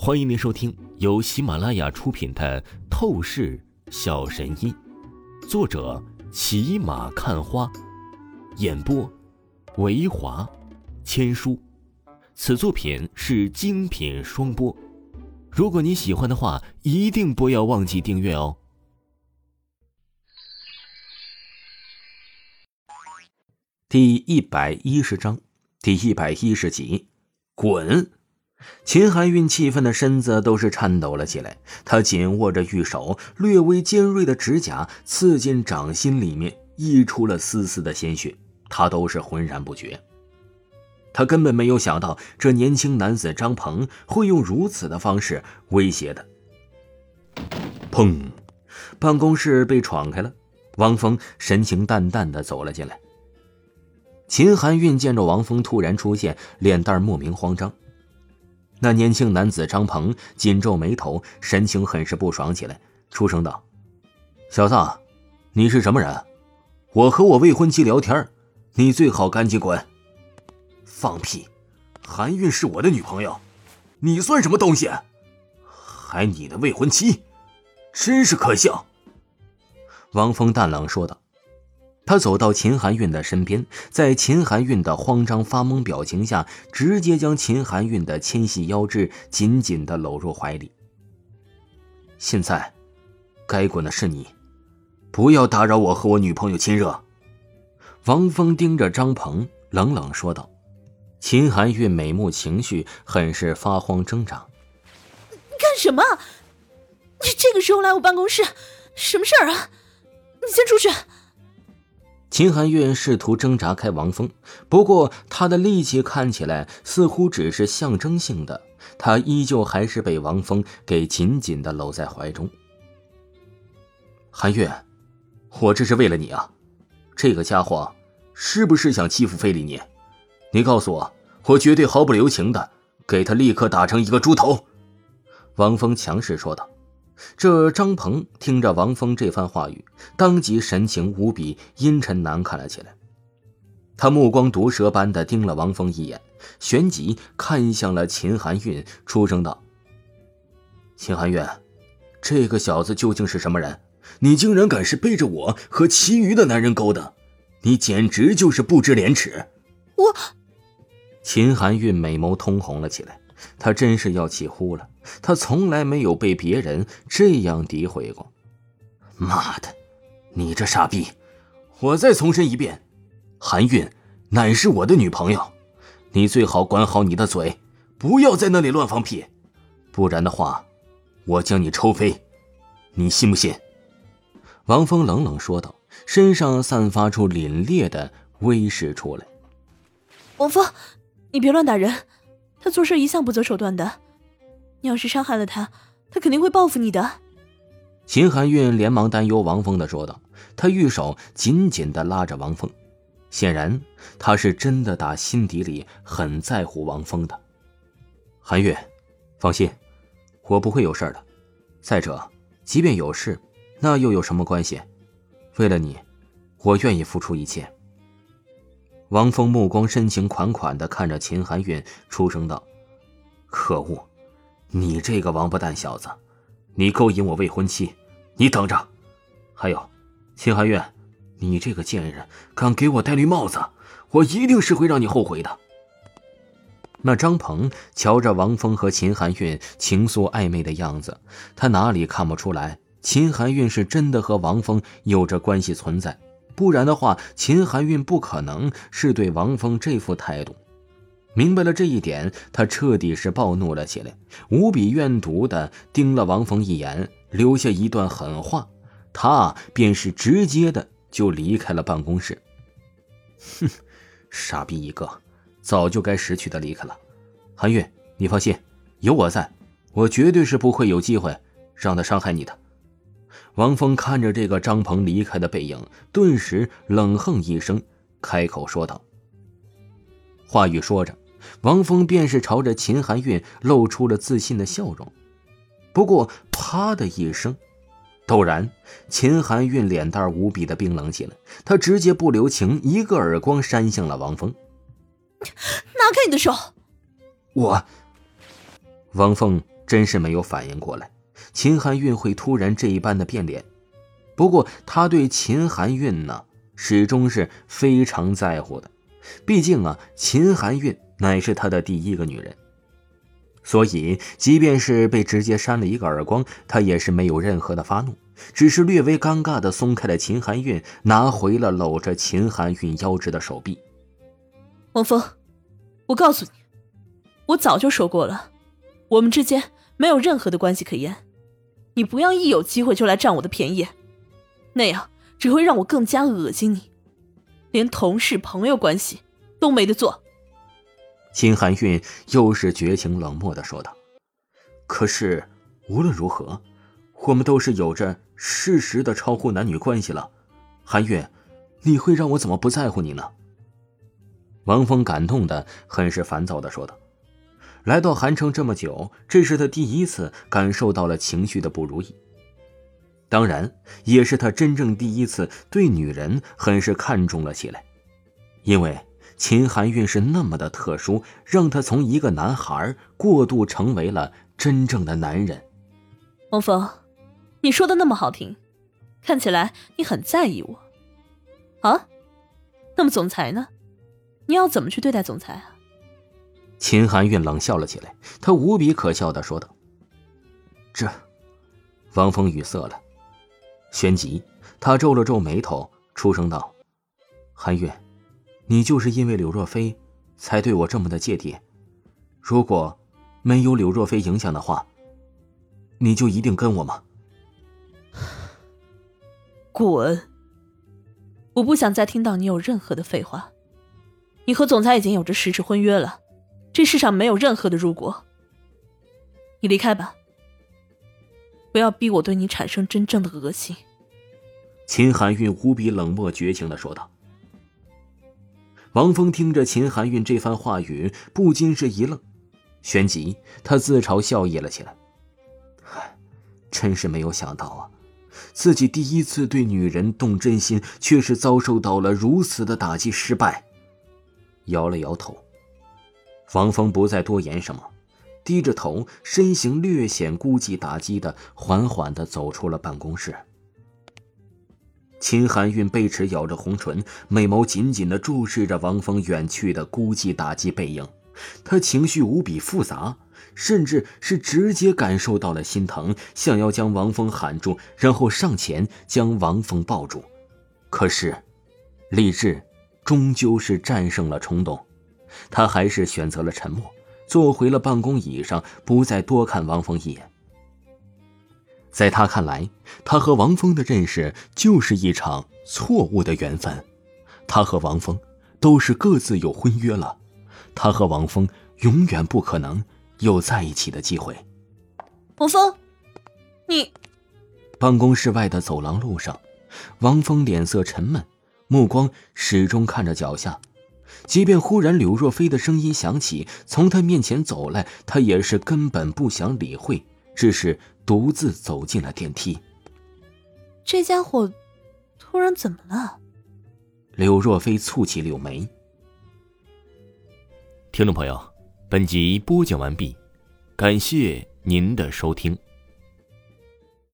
欢迎您收听由喜马拉雅出品的《透视小神医》，作者骑马看花，演播维华千书。此作品是精品双播。如果你喜欢的话，一定不要忘记订阅哦。 第110章，第110集，滚！秦含韵气愤的身子都是颤抖了起来，她紧握着玉手，略微尖锐的指甲刺进掌心里面，溢出了丝丝的鲜血，她都是浑然不觉。她根本没有想到这年轻男子张鹏会用如此的方式威胁她。砰！办公室被闯开了，王峰神情淡淡的走了进来。秦含韵见着王峰突然出现，脸蛋莫名慌张。那年轻男子张鹏紧皱眉头，神情很是不爽起来，出声道：小子，你是什么人？我和我未婚妻聊天，你最好赶紧滚。放屁，含韵是我的女朋友，你算什么东西？还你的未婚妻，真是可笑。王峰淡冷说道。他走到秦含韵的身边，在秦含韵的慌张发懵表情下，直接将秦含韵的纤细腰肢紧紧地搂入怀里。现在该滚的是你，不要打扰我和我女朋友亲热。王峰盯着张鹏冷冷说道。秦含韵美目情绪，很是发慌挣扎。 干什么？你这个时候来我办公室，什么事儿啊？你先出去。 秦含韵试图挣扎开王峰，不过他的力气看起来似乎只是象征性的，他依旧还是被王峰给紧紧地搂在怀中。含韵，我这是为了你啊，这个家伙是不是想欺负菲利尼？你告诉我，我绝对毫不留情的给他立刻打成一个猪头。王峰强势说道。这张鹏听着王峰这番话语，当即神情无比阴沉难看了起来。他目光毒蛇般的盯了王峰一眼，旋即看向了秦含韵，出声道：秦含韵，这个小子究竟是什么人？你竟然敢是背着我和其余的男人勾搭，你简直就是不知廉耻。 我…… 秦含韵美眸通红了起来，她真是要气呼了，她从来没有被别人这样诋毁过。妈的，你这傻逼！我再重申一遍，含韵乃是我的女朋友，你最好管好你的嘴，不要在那里乱放屁，不然的话，我将你抽飞，你信不信？王峰冷冷说道，身上散发出凛冽的威势出来。 王峰，你别乱打人，他做事一向不择手段的，你要是伤害了他，他肯定会报复你的。 秦含韵连忙担忧王峰的说道，他玉手紧紧地拉着王峰，显然他是真的打心底里很在乎王峰的。含韵，放心，我不会有事的，再者即便有事，那又有什么关系？为了你，我愿意付出一切。王峰目光深情款款地看着秦含韵，出声道：可恶，你这个王八蛋小子，你勾引我未婚妻，你等着！还有，秦含韵，你这个贱人，敢给我戴绿帽子，我一定是会让你后悔的。那张鹏瞧着王峰和秦含韵情愫暧昧的样子，他哪里看不出来秦含韵是真的和王峰有着关系存在，不然的话，秦含韵不可能是对王峰这副态度。明白了这一点，他彻底是暴怒了起来，无比怨毒地盯了王峰一眼，留下一段狠话，他便是直接的就离开了办公室。哼，傻逼一个，早就该识趣的离开了。含韵，你放心，有我在，我绝对是不会有机会让他伤害你的。王峰看着这个张鹏离开的背影，顿时冷哼一声，开口说道。话语说着，王峰便是朝着秦含韵露出了自信的笑容。不过啪的一声，陡然秦含韵脸蛋无比的冰冷起来，她直接不留情一个耳光扇向了王峰。 拿开你的手！ 王峰真是没有反应过来秦含韵会突然这一般的变脸。不过他对秦含韵呢，始终是非常在乎的，毕竟秦含韵乃是他的第一个女人。所以即便是被直接扇了一个耳光，他也是没有任何的发怒，只是略微尴尬地松开了秦含韵，拿回了搂着秦含韵腰肢的手臂。 王峰，我告诉你，我早就说过了，我们之间没有任何的关系可言，你不要一有机会就来占我的便宜，那样只会让我更加恶心你，连同事朋友关系都没得做。 秦含韵又是绝情冷漠地说道：可是无论如何，我们都是有着事实的超乎男女关系了，含韵，你会让我怎么不在乎你呢？王峰感动的很是烦躁地说道。来到韩城这么久，这是他第一次感受到了情绪的不如意，当然也是他真正第一次对女人很是看重了起来，因为秦含韵是那么的特殊，让他从一个男孩过渡成为了真正的男人。 王峰，你说的那么好听，看起来你很在意我啊。那么总裁呢？你要怎么去对待总裁啊？ 秦含韵冷笑了起来，他无比可笑地说道。这……王峰语塞了，旋即他皱了皱眉头，出声道：含韵，你就是因为柳若飞才对我这么的芥蒂，如果没有柳若飞影响的话，你就一定跟我吗？ 滚！我不想再听到你有任何的废话。你和总裁已经有着10纸婚约了，这世上没有任何的如果。你离开吧，不要逼我对你产生真正的恶心。 秦含韵无比冷漠绝情地说道。王峰听着秦含韵这番话语，不禁是一愣，旋即他自嘲笑意了起来。真是没有想到啊，自己第一次对女人动真心，却是遭受到了如此的打击失败。摇了摇头，王峰不再多言什么，低着头，身形略显孤寂打击的缓缓地走出了办公室。秦含韵贝齿咬着红唇，眉眸紧紧地注视着王峰远去的孤寂打击背影，她情绪无比复杂，甚至是直接感受到了心疼，想要将王峰喊住，然后上前将王峰抱住。可是理智终究是战胜了冲动，他还是选择了沉默，坐回了办公椅上，不再多看王峰一眼。在他看来，他和王峰的认识就是一场错误的缘分，他和王峰都是各自有婚约了，他和王峰永远不可能有在一起的机会。 王峰，你…… 办公室外的走廊路上，王峰脸色沉闷，目光始终看着脚下，即便忽然柳若飞的声音响起，从他面前走来，他也是根本不想理会，只是独自走进了电梯。 这家伙突然怎么了？ 柳若飞蹙起柳眉。 听众朋友，本集播讲完毕，感谢您的收听。